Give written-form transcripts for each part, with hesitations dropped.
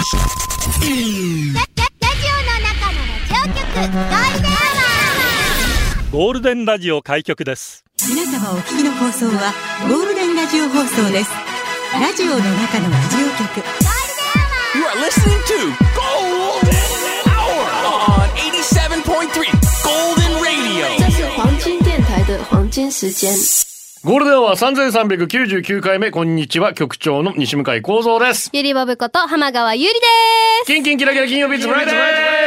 ゴールデンラジオ開局です。 皆様お聞きの放送はゴールデンラジオ放送です。ラジオの中のラジオ局 You are listening to Golden Hour on 87.3 Golden Radio。 这是黄金電台的黄金時間。 ゴールデンは3399回目。こんにちは、局長の西向井光三です。 ゆりぼぶこと浜川ゆりです。 キンキンキラキラ金曜日ズフライデー。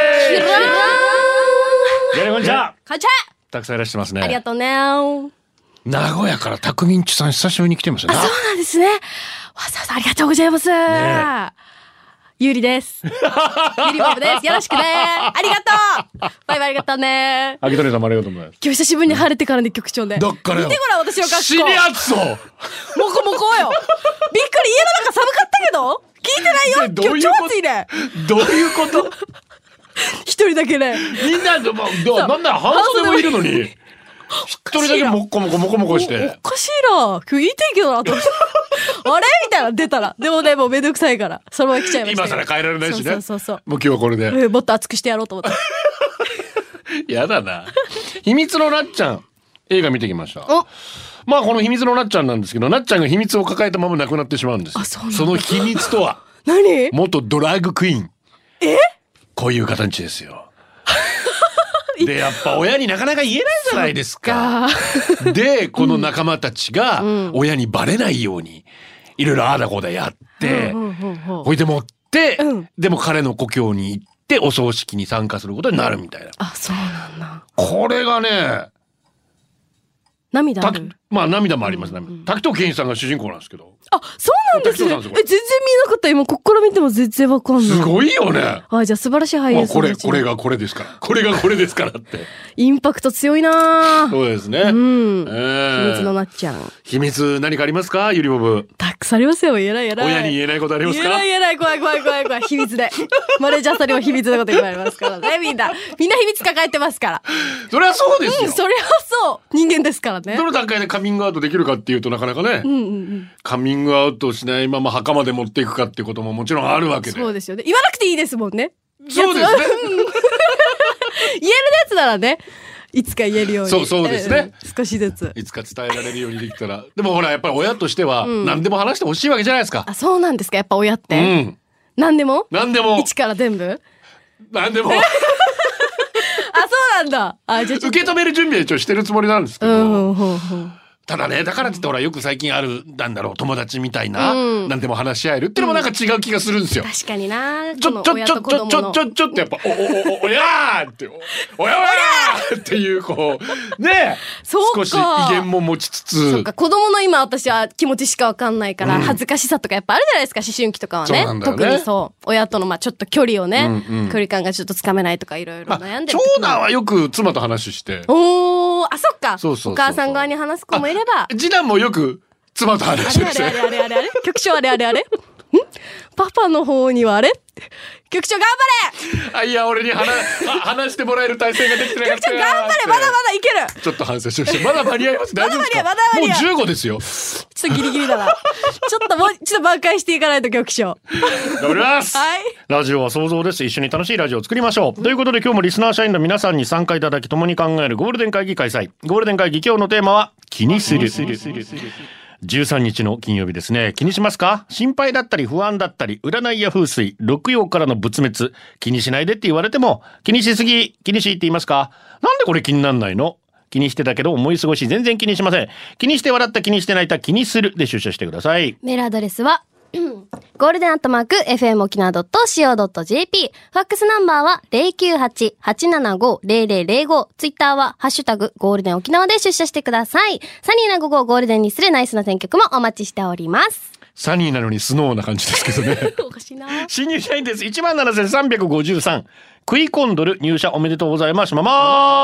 やりこんにちは。 こんにちは。 たくさんいらっしゃいますね。 ありがとうね。 名古屋からタクミンチさん久しぶりに来てますね。 あ、そうなんですね。わざわざありがとうございます。ゆりです。ゆりぼぶです。よろしくね。ありがとう。バイバイありがとうね。 秋鳥さんもありがとうございます。 今日久しぶりに晴れてからね、局長で。 だからよ。 見てごらん、私の格好。 死に暑そう。 もこもこよ。びっくり、家の中寒かったけど聞いてないよ。今日超暑いね。 どういうこと一人だけね。みんななんなら半袖もいるのに一人だけもっこもこもこもこして。 おかしいな。今日いい天気だなと思ってあれみたいな出たら。でもね、もうめんどくさいからそのまま来ちゃいました。 今更帰られないしね。 そう。 もう今日はこれで、 もっと熱くしてやろうと思ってやだな。秘密のなっちゃん映画見てきました。まあこの秘密のなっちゃんなんですけど、なっちゃんが秘密を抱えたまま亡くなってしまうんです。その秘密とは何？ 元ドラッグクイーン。こういう形ですよ。でやっぱ親になかなか言えないじゃないですか。でこの仲間たちが親にバレないようにいろいろああだこうだやってほいでもって、でも彼の故郷に行ってお葬式に参加することになるみたいな。 あ、そうなんだ。 これがね、 涙ある。 まあ涙もありますね。滝藤賢一さんが主人公なんですけど。あ、 そうなんですね。全然見えなかった。今ここから見ても全然わかんない。 すごいよね。 あ、じゃあ素晴らしい俳優さんたち。 これがこれですから。これがこれですからって。 インパクト強いな。 そうですね。秘密のなっちゃん。 秘密何かありますか、ゆりぼぶ。 たくさんありますよ。言えない。 親に言えないことありますか。 言えない怖い。秘密で。マネージャーさんにも秘密のこと言われますからね。みんな秘密抱えてますから。 それはそうですよ。 それはそう。人間ですからね。 どの段階でカミングアウトできるかっていうとなかなかね。カミングアウトしないまま墓まで持っていくかっていうことももちろんあるわけで。 そうですよね。言わなくていいですもんね。 そうですね。 言えるやつならね、いつか言えるように。 そうですね。 少しずついつか伝えられるようにできたら。でもほらやっぱり親としては何でも話してほしいわけじゃないですか。 あ、そうなんですか。やっぱ親って。何でも一から全部何でもあ、 そうなんだ。 じゃ受け止める準備は一応してるつもりなんですけど、ただね、だからって言ってほらよく最近あるなんだろう、友達みたいな、何でも話し合えるっていうのもなんか違う気がするんですよ。 確かにな。 ちょっとやっぱおやーっておやーっていうこうね、少し威厳も持ちつつ。 そうか、子供の今私は気持ちしかわかんないから恥ずかしさとかやっぱあるじゃないですか、思春期とかはね。特にそう親とのちょっと距離をね、距離感がちょっとつかめないとかいろいろ悩んでる。 長男はよく妻と話して。 おそっか。お母さん側に話す子もいれば、 次男もよく妻と話して。 あれ局長あれパパの方にはあれ局長頑張れ。 いや俺に話してもらえる体制ができてなかった。 局長頑張れ。まだいける。 ちょっと反省しました。まだ間に合います。大丈夫ですか。もう15ですよ。 ちょっとギリギリだな。ちょっと挽回していかないと局長。 頑張ります。はい。ラジオは想像です。一緒に楽しいラジオを作りましょう。ということで今日もリスナー社員の皆さんに参加いただき共に考えるゴールデン会議開催。ゴールデン会議今日のテーマは気にする。13日の金曜日ですね。気にしますか？心配だったり不安だったり占いや風水、六曜からの仏滅、気にしないでって言われても気にしすぎ、気にしいって言いますか？なんでこれ気になんないの？気にしてたけど思い過ごし全然気にしません。気にして笑った気にして泣いた気にするで出社してください。 メールアドレスはゴールデン@FM 沖縄 .co.jp。 ファックスナンバーは 098-875-0005。ツイッターはハッシュタグゴールデン沖縄で出社してください。サニーな午後をゴールデンにするナイスな選曲もお待ちしております。 サニーなのにスノーな感じですけどね。 おかしいな。 新入社員です。17,353。クイコンドル入社おめでとうございます。ゴー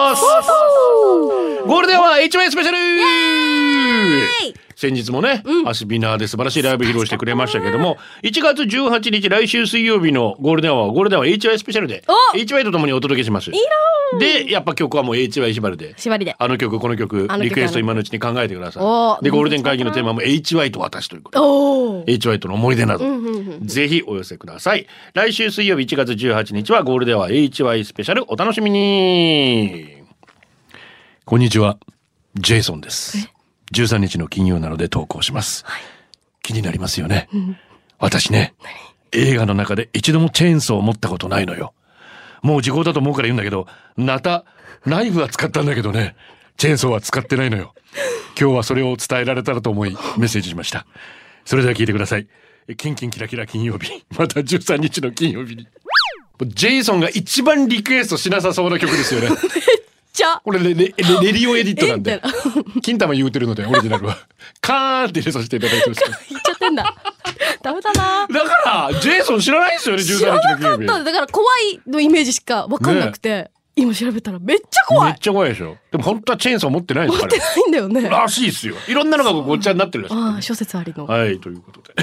ルデンは HY スペシャル。先日もね、アスビナーで素晴らしいライブ披露してくれましたけども、1月18日来週水曜日のゴールデンは HY スペシャルで HY とともにお届けします。 でやっぱ曲はもう HY 縛りで縛りであの曲この曲リクエスト今のうちに考えてくださおい。でゴールデン会議のテーマも HY と私ということでおー HY との思い出など、ぜひお寄せください。来週水曜日1月18日はゴールデンは HY スペシャルお楽しみに。こんにちは、ジェイソンです。13日の金曜なので投稿します、気になりますよね、私ね映画の中で一度もチェーンソーを持ったことないのよ。もう時効だと思うから言うんだけど、ナイフは使ったんだけどね、チェーンソーは使ってないのよ。今日はそれを伝えられたらと思いメッセージしました。それでは聞いてください。キンキンキラキラ金曜日、また13日の金曜日に。ジェイソンが一番リクエストしなさそうな曲ですよね。これレディオエディットなんで金玉言うてるのでオリジナルはカーンって入れさせていただいてますから言っちゃってんだダメだな。 だからジェイソン知らないですよね。13日の金曜日だから怖いのイメージしか分かんなくて、ね、今調べたらめっちゃ怖い。 めっちゃ怖いでしょ。でも本当はチェーンソー持ってないですから。 持ってないんだよね。 らしいですよ。いろんなのがごっちゃになってるらしい、ね、 ああ諸説ありの。 はいということで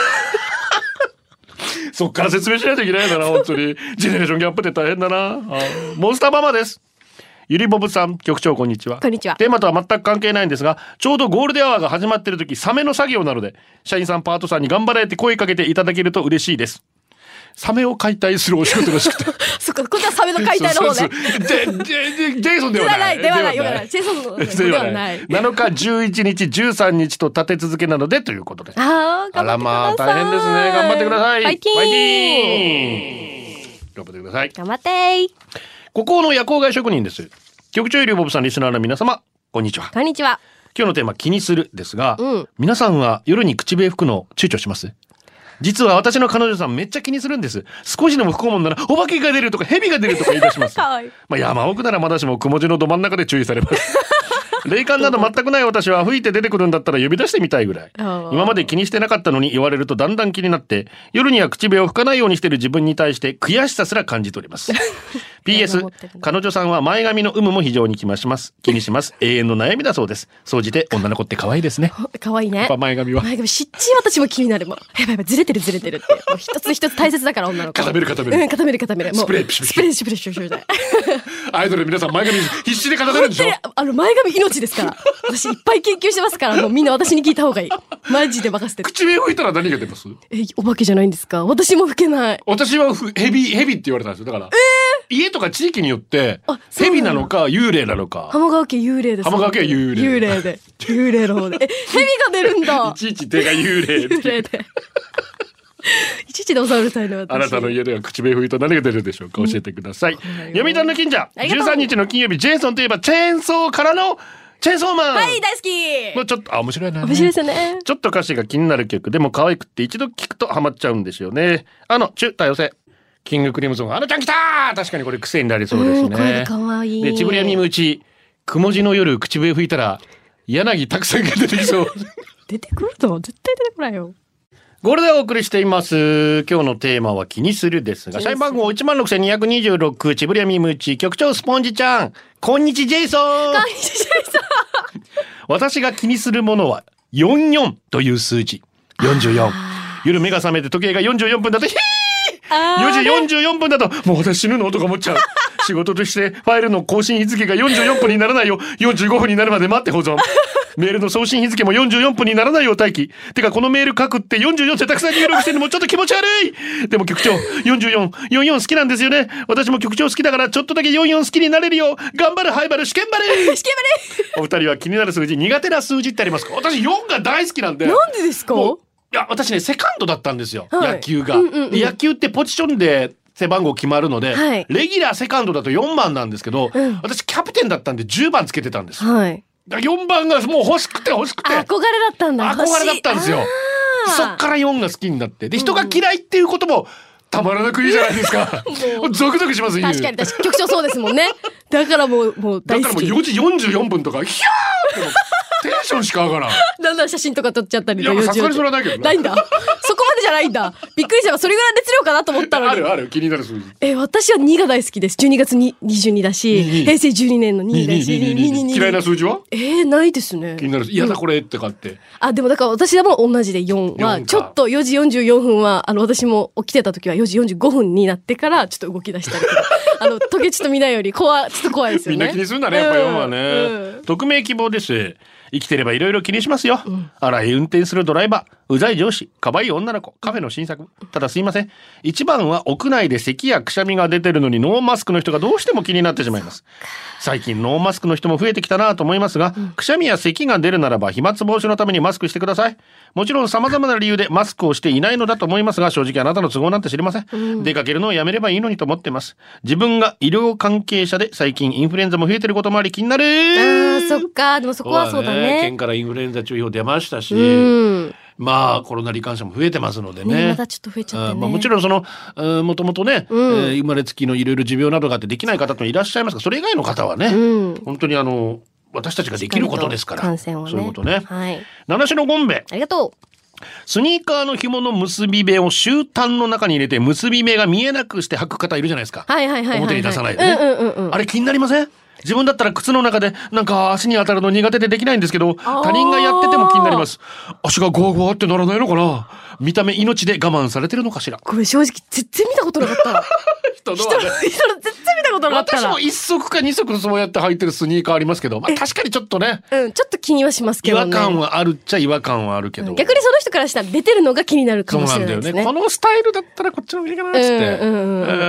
そっから説明しないといけないんだな本当に。ジェネレーションギャップって大変だな。モンスターママです。ゆりぼぶさん局長こんにちは。 こんにちは。 テーマとは全く関係ないんですが、ちょうどゴールデンアワーが始まっている時サメの作業なので社員さんパートさんに頑張れって声かけていただけると嬉しいです。サメを解体するお仕事らしくてそっかこっちはサメの解体の方ね。 ジェイソンではないではないジェイソンのではない。 7日11日13日と立て続けなのでということで。 あらまあ大変ですね。頑張ってください。 ファイティー頑張ってください。 頑張ってー。 孤高の夜行街職人です。局長ゆりぼぶさんリスナーの皆様こんにちは。 こんにちは。 今日のテーマ気にするですが、皆さんは夜に口笛吹くの躊躇します？実は私の彼女さんめっちゃ気にするんです。少しでも吹くもんならお化けが出るとか蛇が出るとか言い出します。 かわいい。 山奥ならまだしもくも字のど真ん中で注意されます霊感など全くない私は吹いて出てくるんだったら呼び出してみたいぐらい。今まで気にしてなかったのに言われるとだんだん気になって、夜には口笛を吹かないようにしている自分に対して悔しさすら感じておりますPS 彼女さんは前髪の有無も非常に気にします。永遠の悩みだそうです。総じて女の子って可愛いですね。 可愛いね。 やっぱ前髪はしっちり私も気になる。もうやばいずれてるってもう一つ一つ大切だから女の子。固めるもうスプレーシュプシュアイドル皆さん前髪必死で固めるんでしょ。 前髪命ですから私いっぱい研究してますから、もうみんな私に聞いた方がいい。マジで任せて。 口笛吹いたら何が出ます？ お化けじゃないんですか？私も吹けない。 私はヘビって言われたんですよ。だから家とか地域によってヘビなのか幽霊なのか。 浜川家幽霊です。 浜川家は幽霊で幽霊の方でヘビが出るんだ。 いちいち手が幽霊でいちいちで襲われたいの私。 あなたの家では口笛吹いたら何が出るでしょうか？教えてください。読谷の近所13日の金曜日、ジェイソンといえばチェーンソーからのチェーンソーマン。 はい大好き。 もうちょっと面白いな、 面白いですよね。 ちょっと歌詞が気になる曲でも可愛くって一度聞くとハマっちゃうんですよね。中多様性キングクリムゾンちゃん来たー。確かにこれ癖になりそうですね。 声可愛い。 でちぶりやみむちくも字の夜口笛吹いたら柳たくさんが出てきそう出てくると絶対出てこないよ。 ゴールデンお送りしています。今日のテーマは気にするですが、社員番号16,226ちぶりやみむち局長スポンジちゃんこんにちジェイソン。 こんにちジェイソン私が気にするものは44という数字。44。夜目が覚めて時計が44分だと4時44分だともう私死ぬのとか思っちゃう仕事としてファイルの更新日付が44分にならないよ45分になるまで待って保存メールの送信日付も44分にならないよ待機。てかこのメール書くって44ってたくさん入力してるのもちょっと気持ち悪い。でも局長44好きなんですよね。私も局長好きだからちょっとだけ44好きになれるよ。頑張るハイバル試験バレお二人は気になる数字苦手な数字ってありますか？私4が大好きなんで。 なんでですか？ いや私ねセカンドだったんですよ、野球が、野球ってポジションで背番号決まるので、レギュラーセカンドだと4番なんですけど、私キャプテンだったんで10番つけてたんです、4番がもう欲しくて憧れだったんだ。 憧れだったんですよ。そっから4が好きになって、で人が嫌いっていうこともたまらなくいいじゃないですかゾクゾクします。 確かに局長そうですもんね。だからもう大好き。だからもう 4時44分とかヒャーってテンションしか上がらん。 だんだん写真とか撮っちゃったり。 いやさすがにそれはないけどないんだそこまでじゃないんだ。びっくりした。それぐらい熱量かなと思ったのに。 ある気になる数字。 私は2が大好きです。12月22だし平成12年の2だし嫌いな数字はないですね。 気になる。嫌だこれってかってでもだから私はもう同じで4はちょっと4時44分は私も起きてた時は4時45分になってからちょっと動き出したりとか時計ちょっと見ないよりちょっと怖いですよね。 みんな気にするんだね、やっぱ世はね。匿名希望です。生きてればいろいろ気にしますよ。荒い運転するドライバー、うざい上司、かわいい女の子、カフェの新作。ただすいません。一番は屋内で咳やくしゃみが出てるのにノーマスクの人がどうしても気になってしまいます。最近ノーマスクの人も増えてきたなと思いますが、くしゃみや咳が出るならば飛沫防止のためにマスクしてください。もちろん様々な理由でマスクをしていないのだと思いますが、正直あなたの都合なんて知りません。出かけるのをやめればいいのにと思っています。自分が医療関係者で最近インフルエンザも増えてることもあり気になる。 そっか、でもそこはそうだね。 県からインフルエンザ注意報出ましたし、まあコロナ罹患者も増えてますのでね。 またちょっと増えちゃってね。 もちろんそのもともとね、生まれつきのいろいろ持病などがあってできない方もいらっしゃいますが、それ以外の方はね、本当に私たちができることですから、 感染をね、 そういうことね。 はい。 七種のゴンベ、 ありがとう。 スニーカーの紐の結び目を終端の中に入れて結び目が見えなくして履く方いるじゃないですか。表に出さないでね。あれ気になりません？自分だったら靴の中でなんか足に当たるの苦手でできないんですけど、他人がやってても気になります。足がゴワゴワってならないのかな。見た目命で我慢されてるのかしら。 これ正直全然見たことなかった。人の全然見たことなかったな。 私も一足か二足そうやって履いてるスニーカーありますけど、まあ確かにちょっとね、 ちょっと気にはしますけどね。 違和感はあるっちゃ違和感はあるけど、 逆にその人からしたら出てるのが気になるかもしれないですね。 そうなんだよね。このスタイルだったらこっちの方がいいかなっつって、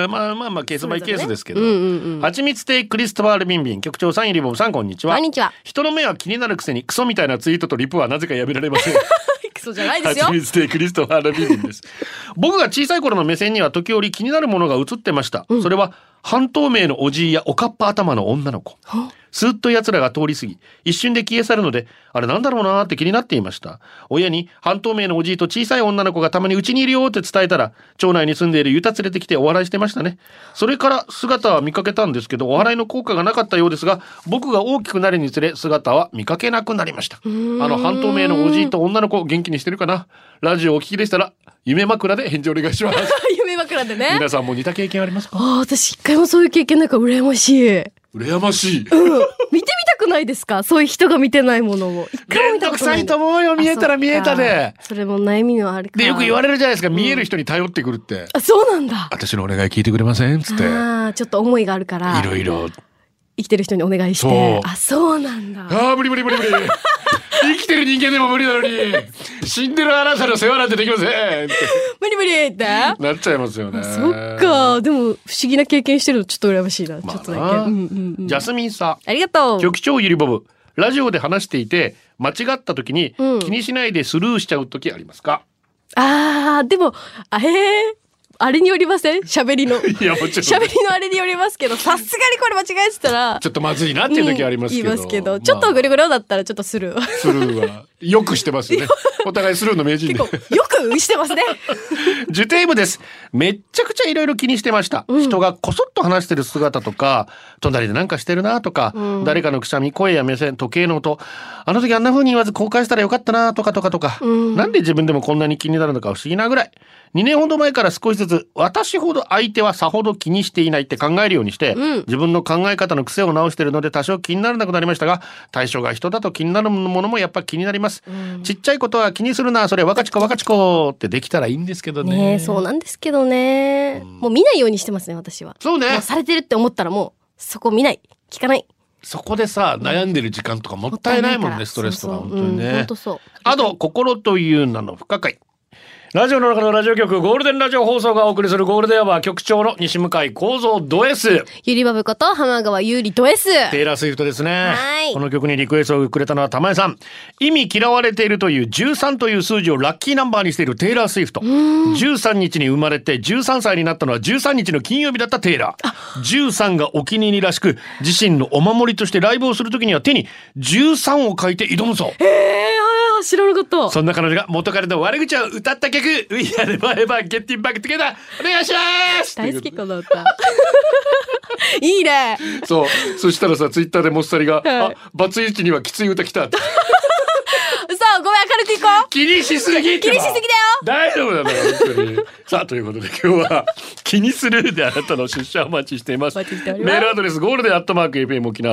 まあケースバイケースですけど、はちみつ亭クリストファール・ビンビン局長さん、イリボブさん、こんにちは。 こんにちは。 人の目は気になるくせにクソみたいなツイートとリプはなぜかやめられません。 クソじゃないですよ。 はちみつ亭クリストファール・ビンビンです。僕が小さい頃の目線には時折気になるものが映ってました。それは半透明のおじいやおかっぱ頭の女の子。スーッと奴らが通り過ぎ、一瞬で消え去るので、あれなんだろうなーって気になっていました。親に半透明のおじいと小さい女の子がたまにうちにいるよって伝えたら、町内に住んでいるユタ連れてきてお笑いしてましたね。それから姿は見かけたんですけど、お笑いの効果がなかったようですが、僕が大きくなるにつれ姿は見かけなくなりました。半透明のおじいと女の子元気にしてるかな。ラジオお聞きでしたら夢枕で返事お願いします。 夢枕でね。 皆さんも似た経験ありますか？ 私一回もそういう経験なんか羨ましい。 羨ましい。 見てみたくないですか？そういう人が見てないものを。一回も見たことない。 めんどくさいと思うよ。見えたら見えたで。 それも悩みのあるか。 でよく言われるじゃないですか。見える人に頼ってくるって。 あ、そうなんだ。 私のお願い聞いてくれませんつって。 ちょっと思いがあるから。 いろいろ生きてる人にお願いして。あ、そうなんだ。 無理。生きてる人間でも無理なのに、死んでるあなたの世話なんてできません。 無理ってなっちゃいますよね。 そっか。でも不思議な経験してるのちょっと羨ましいな。ちょっとだけ。 ジャスミンさん。 ありがとう。 局長ゆりぼぶ。ラジオで話していて間違った時に気にしないでスルーしちゃう時ありますか？ でもあれによりません？喋りの。 いやもちろん。 喋りのあれによりますけど、さすがにこれ間違えてたら。 ちょっとまずいなっていう時ありますけど。 言いますけど、ちょっとぐるぐるだったらちょっとスルー。 スルーは。よくしてますよね。お互いスルーの名人で。 よくしてますね。 ジュテイブです。めっちゃくちゃいろいろ気にしてました。人がこそっと話してる姿とか、隣でなんかしてるなとか、誰かのくしゃみ、声や目線、時計の音、あの時あんな風に言わず公開したらよかったなとか。なんで自分でもこんなに気になるのか不思議なぐらい。2年ほど前から少しずつ私ほど相手はさほど気にしていないって考えるようにして、自分の考え方の癖を直しているので多少気にならなくなりましたが、対象が人だと気になるものもやっぱ気になります。ちっちゃいことは気にするな、それ若ちこってできたらいいんですけどね。 そうなんですけどね。もう見ないようにしてますね、私は。 そうね。 もうされてるって思ったらもうそこ見ない、聞かない。 そこでさ、悩んでる時間とかもったいないもんね、ストレスとか本当にね。あと心という名の不可解。ラジオの中のラジオ局ゴールデンラジオ放送がお送りするゴールデンアワー、局長の西向井幸三ド S、 ゆりばぶこと浜川ゆりド S、 テイラー・スウィフトですね。この曲にリクエストをくれたのは玉江さん。意味嫌われているという13という数字をラッキーナンバーにしているテイラー・スウィフト。13日に生まれて13歳になったのは13日の金曜日だったテイラー。13がお気に入りらしく、自身のお守りとしてライブをするときには手に13を書いて挑むそう。 知らなかった。 そんな彼女が元彼の悪口を歌った曲 We are never getting back together、 お願いします。 大好きこの歌。いいね。 そしたらさ、ツイッターでもっさりが、バツイチにはきつい歌来たって。 嘘、ごめん、明るくいこう。 気にしすぎ気にしすぎだよ。 大丈夫だよ本当に。さあということで今日は気にするであなたの出社お待ちしています。メールアドレスゴールデン@FM沖縄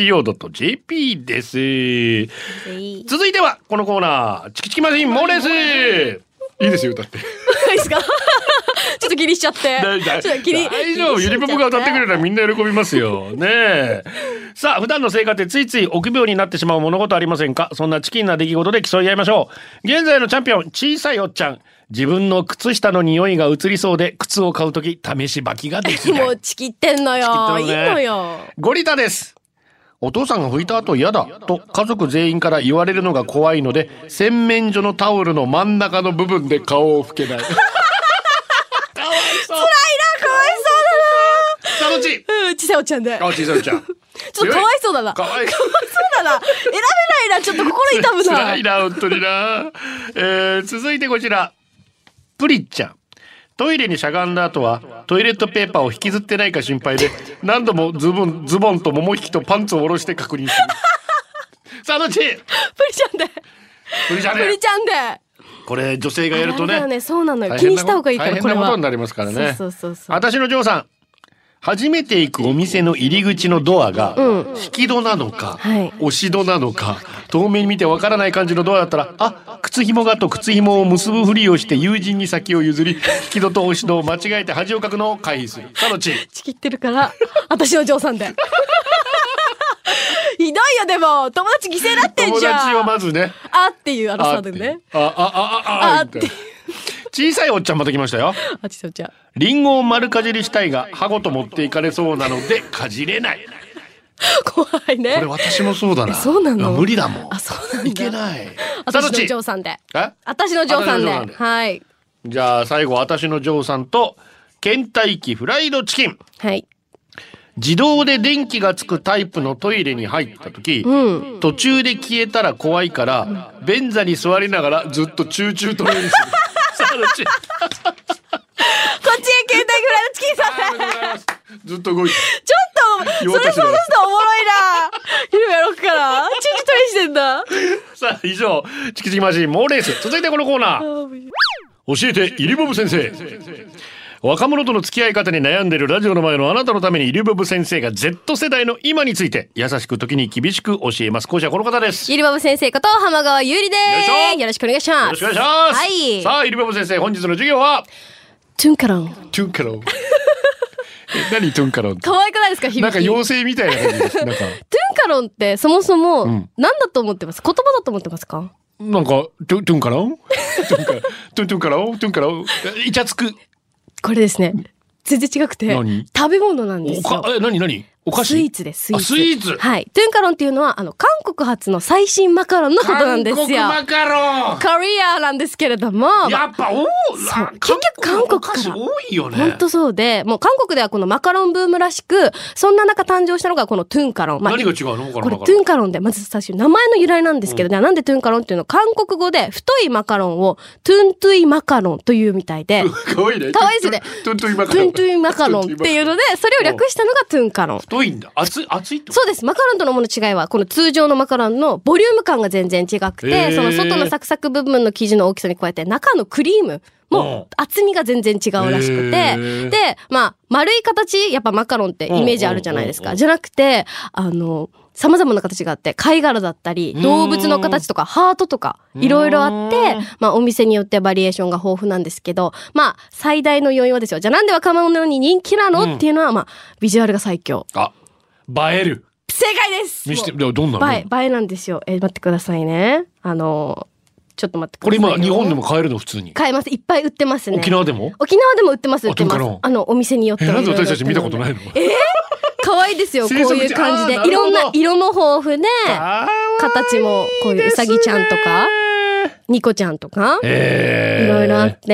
.co.jp です。続いてはこのコーナー、チキチキマシンモーレス。いいですよ歌って。 いいですか？ちょっちょっと気にしちゃって。 大丈夫。ゆりぽぽが歌ってくれたらみんな喜びますよ。ねえ。さあ、普段の生活でついつい臆病になってしまう物事ありませんか？そんなチキンな出来事で競い合いましょう。現在のチャンピオン、小さいおっちゃん。自分の靴下の匂いが移りそうで靴を買うとき試し履きができない。 もうチキってんのよ。いいのよ。 ゴリタです。お父さんが拭いた後嫌だと家族全員から言われるのが怖いので、洗面所のタオルの真ん中の部分で顔を拭けない。かわいそう。辛いな、かわいそうだな。さあどっち？ 小さいおっちゃんで。 小さいおっちゃん。 ちょっとかわいそうだな。 かわいそうだな。選べないな。ちょっと心痛むな。 辛いな、本当にな。続いてこちら。プリッちゃん。トイレにしゃがんだ後はトイレットペーパーを引きずってないか心配で何度もズボンともも引きとパンツを下ろして確認する。さあどっち？プリちゃんで。プリちゃんで。 これ女性がやるとね。 そうなのよ。気にした方がいいからこれは。 大変なことになりますからね。 そう。 私の嬢さん。初めて行くお店の入り口のドアが引き戸なのか、押し戸なのか、遠目に見てわからない感じのドアだったら、あ、靴紐がと靴紐を結ぶふりをして友人に先を譲り、引き戸と押し戸を間違えて恥をかくのを回避する。さあどっち？ ちきってるから私の嬢さんで。ひどいよ。でも友達犠牲になってんじゃん。 友達はまずね、 あっていうさでね。 あって小さいおっちゃんまた来ましたよ。 小さいおっちゃん。 リンゴを丸かじりしたいが歯ごと持っていかれそうなのでかじれない。 怖いね。 これ私もそうだな。 そうなの？ 無理だもん。 そうなんだ。 いけない。 私の嬢さんで。私の嬢さんで。はい。 じゃあ最後私の嬢さんとケンタッキーフライドチキン。 はい。 自動で電気がつくタイプのトイレに入った時、途中で消えたら怖いから、便座に座りながらずっとチューチュートレインする。さあどっち？こっちへケンタッキーフライドチキンさん。 ずっと動いて。 ちょっとそれ想像するとおもろいな。昼やろっからチューチュートレインしてんだ。 さあ以上チキチキマシン猛レース。続いてこのコーナー。教えてイリボブ先生。若者との付き合い方に悩んでいるラジオの前のあなたのためにイリボブ先生が Z 世代の今について優しく時に厳しく教えます。講師はこの方です。 イリボブ先生こと浜川優里です。よろしくお願いします。 よろしくお願いします。はい。さあイリボブ先生、本日の授業はトゥンカロン。 トゥンカロン。何トゥンカロンって。 可愛くないですか、響き。 なんか妖精みたいな感じです。なんかトゥンカロンってそもそも何だと思ってます？言葉だと思ってますか？ なんかトゥンカロントゥンカロントゥンカロントゥンカロンイチャつく。 これですね、全然違くて食べ物なんですよ。 何お菓子？ スイーツです。スイーツ。 スイーツ。 はい。トゥンカロンっていうのは韓国発の最新マカロンのことなんですよ。 韓国マカロン。 コリアなんですけれども、 やっぱ結局韓国から多いよね。 本当そうで、もう韓国ではこのマカロンブームらしく、そんな中誕生したのがこのトゥンカロン。 何が違うの？ これトゥンカロンでまず最初名前の由来なんですけど、じゃあなんでトゥンカロンっていうの？韓国語で太いマカロンをトゥントゥイマカロンというみたいで、 可愛いね。 可愛いですね。 トゥントゥイマカロン。 トゥントゥイマカロンっていうので、それを略したのがトゥンカロン。 太いんだ。熱いってこと？ そうです。マカロンとのもの違いは、この通常のマカロンのボリューム感が全然違くて、その外のサクサク部分の生地の大きさに加えて、中のクリームも厚みが全然違うらしくて、で、丸い形、やっぱマカロンってイメージあるじゃないですか。じゃなくて、様々な形があって、貝殻だったり、動物の形とか、ハートとか、いろいろあって、お店によってバリエーションが豊富なんですけど、最大の要因はですよ。じゃあなんで若者に人気なのっていうのは、ビジュアルが最強。 映える。 正解です。 見して、どんなの？ 映えなんですよ。待ってくださいね。ちょっと待ってください。 これ今日本でも買えるの？普通に買えます。いっぱい売ってますね。 沖縄でも売ってます。お店によっては。 なんで私たち見たことないの？ 可愛いですよ。こういう感じで、いろんな色も豊富で、形もこういううさぎちゃんとかニコちゃんとか、いろいろあって、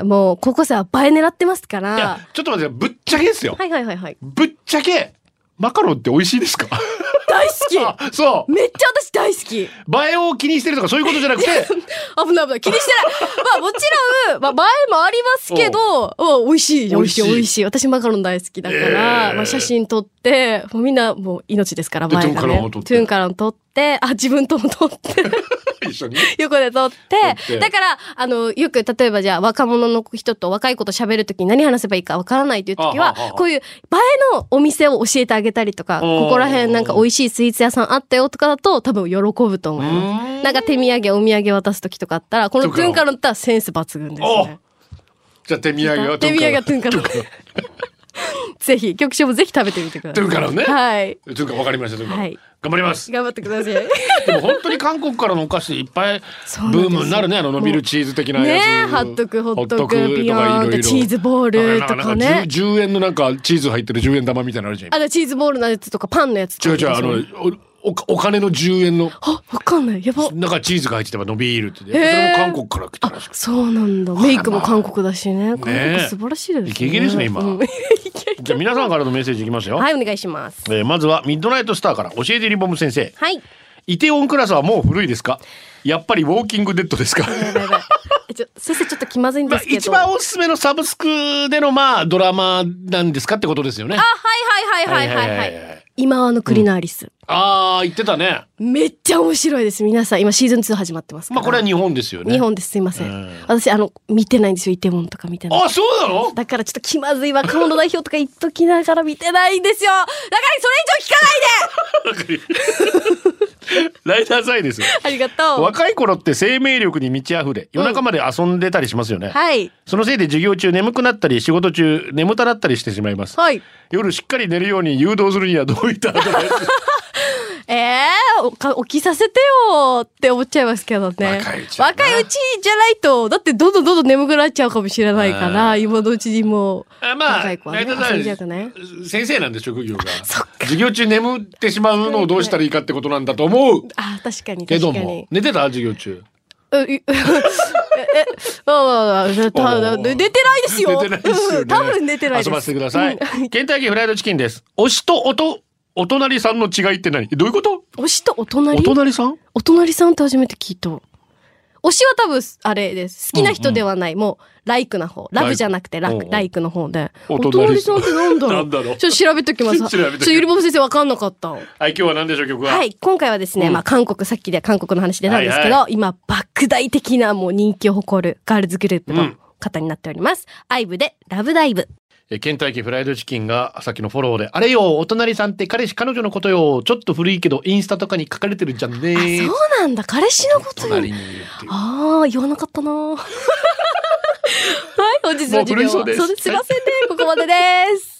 もう高校生は映え狙ってますから。 いや、ちょっと待って、ぶっちゃけですよ。 はい。 ぶっちゃけマカロンって美味しいですか？ 大好き。 そう。 めっちゃ私大好き。映えを気にしてるとかそういうことじゃなくて危ない気にしてないもちろん、映えもありますけど、美味しい。私マカロン大好きだから、写真撮って、もうみんなもう命ですから、映えがね。トゥンカロン撮って、自分とも撮って一緒に横で撮って、だからよく例えばじゃあ若者の人と若い子と喋るときに何話せばいいかわからないというときは、こういう映えのお店を教えてあげたりとか、ここら辺なんか美味しいスイーツ屋さんあったよとかだと多分喜ぶと思います。なんか手土産お土産渡すときとかあったら、このトゥンカロンってセンス抜群ですね。 じゃあ手土産は手土産はトゥンカロン。ぜひ局長もぜひ食べてみてください。 トゥンカロンね。 はい。 トゥンカロンわかりました。トゥンカロンはい。 頑張ります。 頑張ってください。 でも本当に韓国からのお菓子いっぱいブームになるね。伸びるチーズ的なやつ。 ね、ホットクホットクビヨーンってチーズボールとかね。 10円のなんかチーズ入ってる10円玉みたいなのあるじゃん。 あとチーズボールのやつとかパンのやつとか。 違うお金の10円の。 あ、わかんない。やば。 なんかチーズが入ってて伸びるって。それも韓国から来たらしく。 そうなんだ。メイクも韓国だしね。韓国素晴らしいですね。 イケイケですね今。じゃあ皆さんからのメッセージいきますよ。 はい、お願いします。 まずはミッドナイトスターから教えてリボム先生。 はい。 イテウォンクラスはもう古いですか？やっぱりウォーキングデッドですか？ 先生ちょっと気まずいんですけど。 一番おすすめのサブスクでのドラマなんですかってことですよね。 あ、はい今クリナーリス。 言ってたね。 めっちゃ面白いです。皆さん今シーズン2始まってますから。 これは日本ですよね。 日本です。すいません。私見てないんですよ。イテウォンとか見てない。 あ、そうなの？ だからちょっと気まずい若者代表とか言っときながら見てないんですよ。だからそれ以上聞かないで。 ライダーサイです。 ありがとう。 若い頃って生命力に満ち溢れ、夜中まで遊んでたりしますよね。はい。そのせいで授業中眠くなったり仕事中眠たなったりしてしまいます。はい。夜しっかり寝るように誘導するにはどういったアドバイス？ 起きさせてよって思っちゃいますけどね。若いうちじゃないと、だってどんどん眠くなっちゃうかもしれないから、今のうちにもう若い子はね、遊んじゃうかね。 先生なんで職業が。授業中眠ってしまうのをどうしたらいいかってことなんだと思う。 あ、確かにけども寝てた授業中。 寝てないですよ。 寝てないですよね。 多分寝てないです。 遊ばせてください。ケンタッキーフライドチキンです。推しとお隣さんの違いって何？どういうこと？ 推しとお隣？ お隣さん？お隣さんって初めて聞いた。推しは多分あれです。好きな人ではない、もうライクな方、ラブじゃなくてライクの方で。お隣さんってなんだろう。ちょっと調べときます。ゆりぼぶ先生分かんなかった。 はい、今日は何でしょう曲は？はい、 今回はですね、韓国、さっきで韓国の話でなんですけど、今莫大的なもう人気を誇るガールズグループの方になっております。IVEでラブダイブ。 ケンタッキーフライドチキンがさっきのフォローで、あれよ、お隣さんって彼氏彼女のことよ、ちょっと古いけどインスタとかに書かれてるじゃんね。 あ、そうなんだ、彼氏のことよ。 隣にいるっていう。 ああ、言わなかったな。はい、本日の授業はそうです。すいませんね、ここまでです。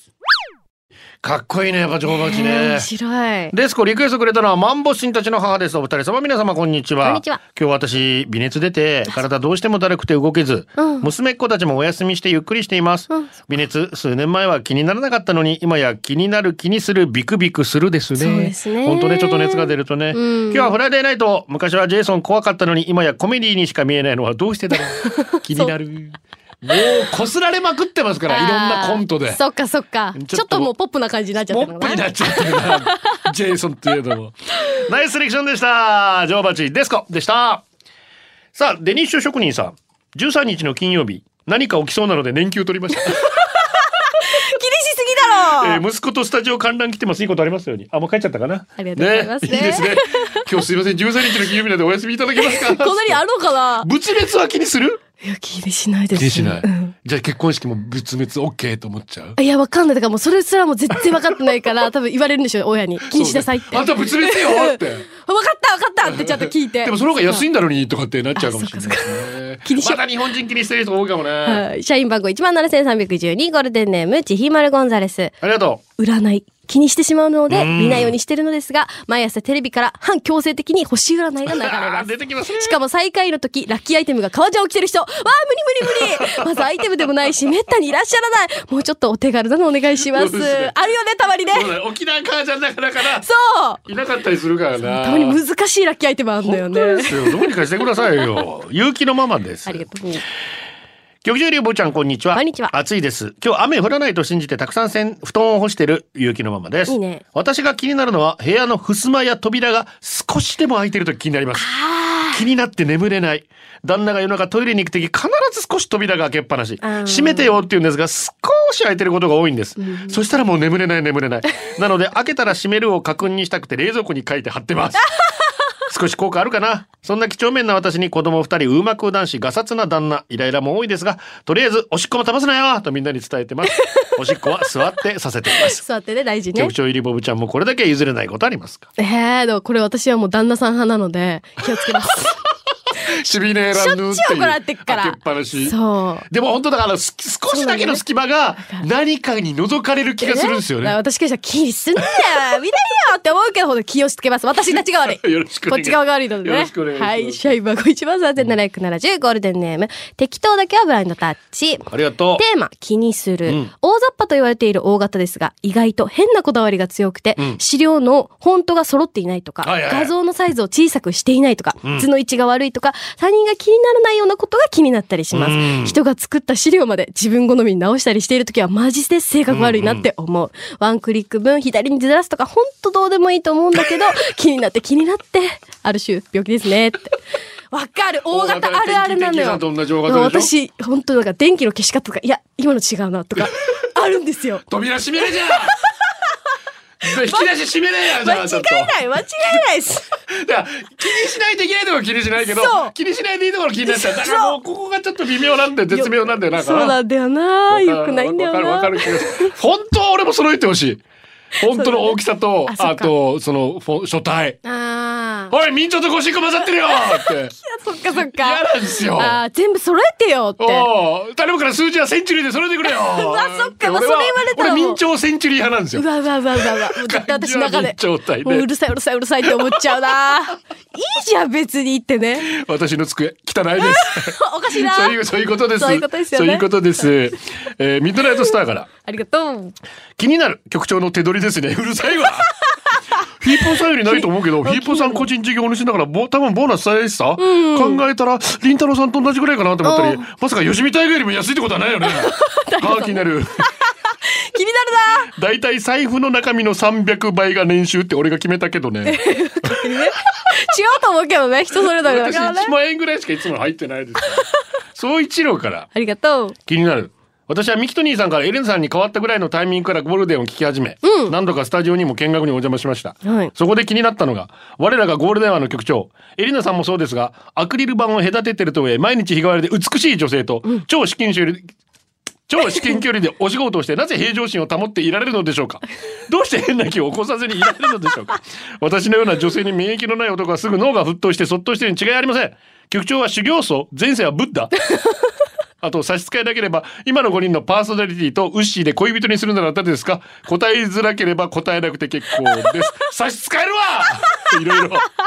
かっこいいね、やっぱ女王蜂ね。 面白い。 デスコリクエストくれたのはマンボシンたちの母です。お二人様、皆様こんにちは。 こんにちは。 今日私微熱出て体どうしてもだるくて動けず、娘っ子たちもお休みしてゆっくりしています。微熱数年前は気にならなかったのに、今や気になる気にするビクビクするですね。 そうですね。 本当ね、ちょっと熱が出るとね。今日はフライデーナイト。昔はジェイソン怖かったのに、今やコメディにしか見えないのはどうしてだろう。気になる。もうこすられまくってますから、いろんなコントで。 そっかそっか。ちょっともうポップな感じになっちゃったのかな。 ポップになっちゃってるな。ジェイソンっていうのも。ナイスセレクションでした。女王蜂デスコでした。さあ、デニッシュ職人さん。13日の金曜日、何か起きそうなので年休取りました。気にしすぎだろ。 息子とスタジオ観覧来てます。いいことありますように。あ、もう帰っちゃったかな。 ありがとうございますね。 いいですね。今日すいません、13日の金曜日なんでお休みいただけますか。 こんなにあろうかな。 仏滅は気にする？ いや、気にしないです。 気にしない。じゃあ結婚式も仏滅 OK と思っちゃう？ いや、わかんない。だからもうそれすらも全然わかってないから、多分言われるんでしょう、親に。気にしなさいって。 あんた仏滅よって。 わかったってちゃんと聞いて。 でもその方が安いんだろうにとかってなっちゃうかもしれないですね。気にしまだ日本人気にしてる人多いかもね。 社員番号17312ゴールデンネームちひまるゴンザレス。 ありがとう。占い。気にしてしまうので見ないようにしてるのですが、毎朝テレビから反強制的に星占いが流れます。 出てきますね。 しかも最下位の時ラッキーアイテムが革ジャンを着てる人、わあ無理まずアイテムでもないしめったにいらっしゃらない。もうちょっとお手軽なのお願いします。あるよね、たまにね。 沖縄革ジャンだからそういなかったりするからな。 たまに難しいラッキーアイテムあるんだよね。 どうにかしてくださいよ。勇気のママです。 ありがとう。 局長流坊ちゃん、こんにちは。 こんにちは。 暑いです。今日雨降らないと信じてたくさん布団を干してる勇気のママです。 いいね。 私が気になるのは部屋の襖や扉が少しでも開いてると気になります。気になって眠れない。旦那が夜中トイレに行くとき必ず少し扉が開けっぱなし。閉めてよって言うんですが少し開いてることが多いんです。そしたらもう眠れない。なので開けたら閉めるを確認したくて冷蔵庫に書いて貼ってます。少し効果あるかな。そんな几帳面な私に子供2人うまく男子ガサツな旦那イライラも多いですが、とりあえずおしっこも飛ばすなよとみんなに伝えてます。おしっこは座ってさせています。 座ってね、大事ね。 局長入りボブちゃんもこれだけ譲れないことありますか？ でもこれ私はもう旦那さん派なので気をつけます。 しびれらぬっていうしょっちゅう怒られてっから開けっぱなし。 そうでも本当だから少しだけの隙間が何かに覗かれる気がするんですよね。 私からしたら気にすんなよ見ないよって思うけどほど気をつけます。私たちが悪い。 よろしくお願いこっち側が悪いのでね。 よろしくお願いします。 はい。シャイバー13770ゴールデンネーム適当だけはブラインドタッチ。 ありがとう。 テーマ気にする、 うん、 大雑把と言われている大型ですが意外と変なこだわりが強くて、 うん、 資料のフォントが揃っていないとか、 はいはいはい、 画像のサイズを小さくしていないとか、 うん、 図の位置が悪いとか他人が気にならないようなことが気になったりします、うん、人が作った資料まで自分好みに直したりしているときはマジで性格悪いなって思う、うんうん、ワンクリック分左にずらすとかほんとどうでもいいと思うんだけど気になってある種病気ですねってわかる。大型あるあるなのよ。私本当なんか電気の消し方とかいや今の違うなとかあるんですよ。 扉閉めれじゃん引き出し閉めれやじゃあ。 間違いないですだから気にしないといけないところ気にしないけど気にしないでいいところ気になっちゃう。だからもうここがちょっと微妙なんで絶妙なんだよな。 そうなんだよな。よくないんだよな。 わかる気がする。本当は俺も揃えてほしい。本当の大きさと、あとその書体。おい、民調とゴシック混ざってるよって。いや、 そっか。 嫌なんですよ。 全部揃えてよって。 頼むから数字はセンチュリーで揃えてくれよ。 うわ、そっか、それ言われたら。 俺民調センチュリー派なんですよ。 うわ。もう絶対私の中で。もううるさいって思っちゃうな。いいじゃん、別にってね。 私の机、汚いです。 おかしいな。 そういうことです。 そういうことですよね。 そういうことです。ミッドナイトスターから。 ありがとう。 気になる局長の手取りですね。うるさいわ。フィーポーさんよりないと思うけど、フィーポーさん個人事業主だから多分ボーナスされてさ、考えたらりんたろーさんと同じぐらいかなと思ったり、まさか吉見大河よりも安いってことはないよね。気になる。 気になるな。 だいたい財布の中身の300倍が年収って俺が決めたけどね。違うと思うけどね、人それぞれだからね。 私1万円ぐらいしかいつも入ってないです。そう一郎から。 ありがとう。 気になる。私はミキトニーさんからエレンさんに変わったぐらいのタイミングからゴールデンを聞き始め、何度かスタジオにも見学にお邪魔しました、そこで気になったのが我らがゴールデンアワーの局長エリナさんもそうですがアクリル板を隔ててるとはいえ毎日日替わりで美しい女性と、超至近距離でお仕事をしてなぜ平常心を保っていられるのでしょうか。どうして変な気を起こさずにいられるのでしょうか。私のような女性に免疫のない男はすぐ脳が沸騰してそっとしてるに違いありません。局長は修行僧、前世はブッダ。あと差し支えなければ今の5人のパーソナリティとウッシーで恋人にするなら誰ですか。答えづらければ答えなくて結構です。差し支えるわ。いろいろ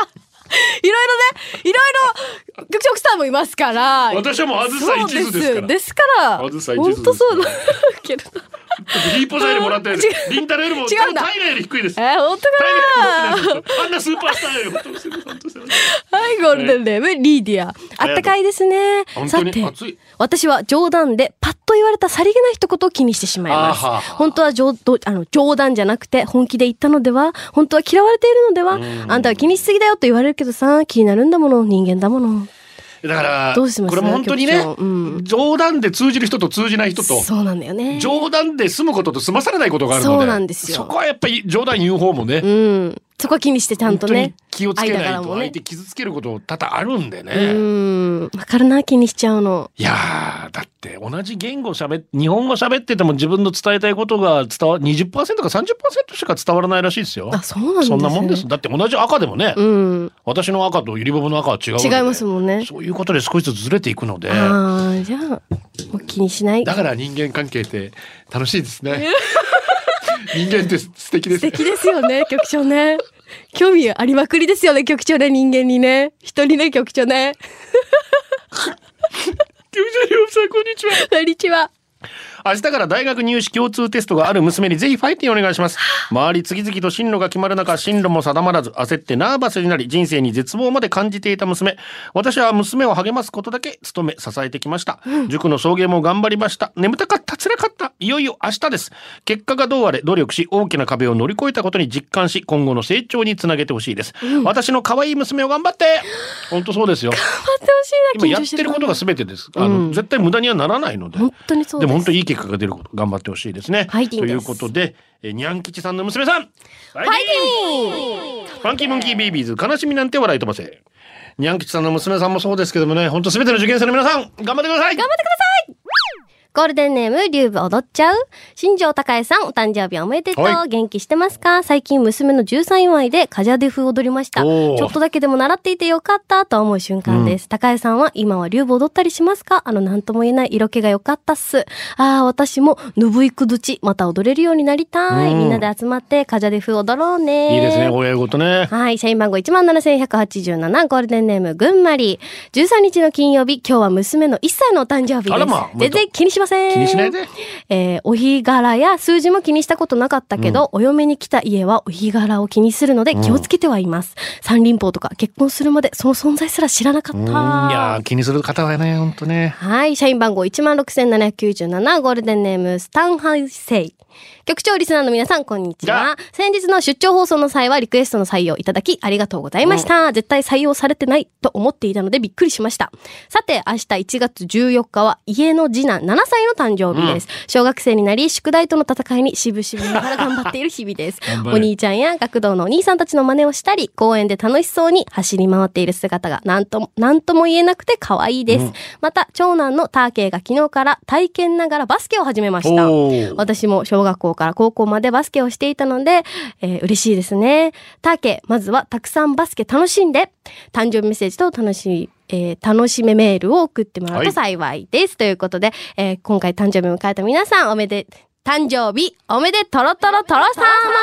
局長スターもいますから。 私はもうあずさ一途ですから。 ですからあずさ一途です。 本当そうだけど。 ヒーポさんよりもらったよりリンタロよりもタイガより低いです。 本当かな。あんなスーパースターよりも。 はい、ゴールデンネームリーディア。あったかいですね。 さて、 私は冗談でパッと言われたさりげない一言を気にしてしまいます。本当は冗談じゃなくて本気で言ったのでは、本当は嫌われているのでは、あんたは気にしすぎだよと言われるけどさ、気になるんだもの、人間だもの。 だからどうしますこれも本当にね、冗談で通じる人と通じない人と、 そうなんだよね。 冗談で済むことと済まされないことがあるので、 そうなんですよ。 そこはやっぱり冗談言う方もね、 そこは気にしてちゃんとね、 気をつけないと相手傷つけること多々あるんでね。 わかるな、気にしちゃうの。 いやだって同じ言語日本語喋ってても自分の伝えたいことが20% か 30% しか伝わらないらしいですよ。 そうなんですね。 そんなもんです。だって同じ赤でもね、私の赤とゆりぼぶの赤は違うわけで、 違いますもんね。 そういうことで少しずつずれていくので、 じゃあもう気にしない。 だから人間関係って楽しいですね。人間って素敵です。 素敵ですよね、局長ね。興味ありまくりですよね、局長ね、人間にね。人にね、局長ね。 局長りょうさん、こんにちは。 こんにちは。 明日から大学入試共通テストがある娘にぜひファイティンお願いします。周り次々と進路が決まる中、進路も定まらず焦ってナーバスになり、人生に絶望まで感じていた娘。私は娘を励ますことだけ努め支えてきました。塾の送迎も頑張りました。眠たかった、辛かった。いよいよ明日です。結果がどうあれ努力し、大きな壁を乗り越えたことに実感し、今後の成長につなげてほしいです。私の可愛い娘を頑張って。本当そうですよ。 頑張ってほしいな。 今やってることが全てです。絶対無駄にはならないので。 本当にそうです。 でも本当にいい結果が出ること頑張ってほしいですね。ということで、にゃん吉さんの娘さん、ファイティン！ファンキーモンキーベイビーズ、悲しみなんて笑い飛ばせ。にゃん吉さんの娘さんもそうですけどもね、本当すべての受験生の皆さん頑張ってください。 頑張ってください。 ゴールデンネーム、リュウブ踊っちゃう。新庄孝恵さん、お誕生日おめでとう。 はい元気してますか？最近娘の13祝いでカジャデフ踊りました。ちおーょっとだけでも習っていてよかったと思う瞬間です。孝恵さんは今はリュウブ踊ったりしますか？なんとも言えない色気がよかったっす。私もぬぶいくどち、また踊れるようになりたい。みんなで集まってカジャデフ踊ろうね。 いいですね、親ごとね。 はい。社員番号17187、ゴールデンネーム、ぐんまり。13日の金曜日、今日は娘の1歳のお誕生日です。 あらま全然気にしません。 気にしないで。 お日柄や数字も気にしたことなかったけど、お嫁に来た家はお日柄を気にするので気をつけてはいます。三輪法とか結婚するまでその存在すら知らなかった。 いやー、気にする方はね、ほんとね。 はい。社員番号16797、ゴールデンネーム、スタンハイセイ。局長リスナーの皆さん、こんにちは。先日の出張放送の際はリクエストの採用いただきありがとうございました。絶対採用されてないと思っていたのでびっくりしました。さて、明日1月14日は家の次男7歳の誕生日です。小学生になり、宿題との戦いに渋々ながら頑張っている日々です。お兄ちゃんや学童のお兄さんたちの真似をしたり、公園で楽しそうに走り回っている姿がなんとも言えなくて可愛いです。また、長男のターケイが昨日から体験ながらバスケを始めました。私も小学校から高校までバスケをしていたので、嬉しいですね。ターケイ、まずはたくさんバスケ楽しんで、誕生日メッセージと楽しめメールを送ってもらうと幸いです。ということで、今回誕生日を迎えた皆さん、誕生日おめでとろとろとろさ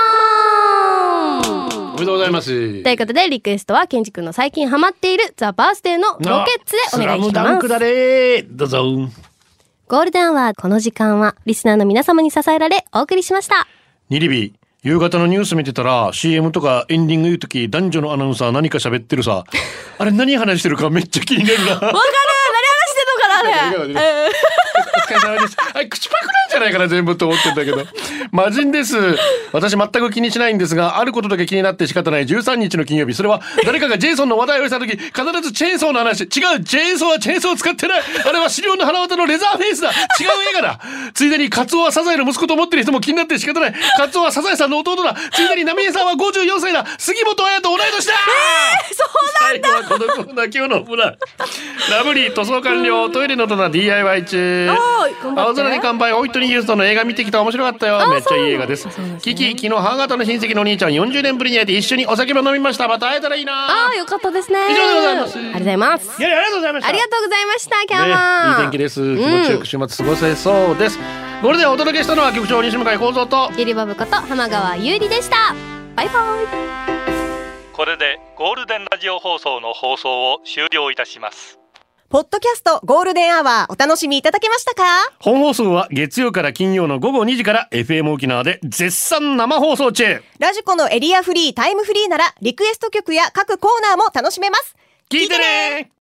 ーん。 おめでとうございます。 ということで、リクエストはケンジ君の最近ハマっているザ・バースデーのロケッツでお願いします。 スラムダンクだれー。どうぞ。 ゴールデンアワー、この時間はリスナーの皆様に支えられお送りしました。 ニリビ、夕方のニュース見てたら CM とかエンディング言うとき男女のアナウンサー何か喋ってるさ。あれ何話してるかめっちゃ気になるな。わかる。 何話してんのかなあれ。 お疲れ様です。あれ口パクなんじゃないかな全部と思ってんだけど。魔人です。私全く気にしないんですが、あることだけ気になって仕方ない13日の金曜日。それは誰かがジェイソンの話題をした時必ずチェーンソーの話。違う、ジェイソンはチェーンソーを使ってない。あれは資料の腹渡のレザーフェイスだ。違う映画だ。ついでにカツオはサザエの息子と思ってる人も気になって仕方ない。カツオはサザエさんの弟だ。ついでにナミエさんは54歳だ。杉本彩と同い年だ。 そうなんだ。 最後はこのコーナー、今日の村ラブリー塗装完了。トイレの棚 DIY 中。青空に乾杯。ホイットニー・ヒューストンの映画見てきた。面白かったよ。めっちゃいい映画です。キキ、昨日母方の親戚のお兄ちゃん40年ぶりに会えて一緒にお酒も飲みました。また会えたらいいな。 よかったですね。 以上でございます。 ありがとうございます。 いや、ありがとうございました。 ありがとうございました。今日は、 いい天気です。気持ちよく週末過ごせそうです。ゴールデンお届けしたのは局長西向井幸三とゆりばぶこと浜川優里でした。バイバイ。 これでゴールデンラジオ放送の放送を終了いたします。 ポッドキャストゴールデンアワーお楽しみいただけましたか？ 本放送は月曜から金曜の午後2時から FM 沖縄で絶賛生放送中。 ラジコのエリアフリータイムフリーならリクエスト曲や各コーナーも楽しめます。 聞いてね。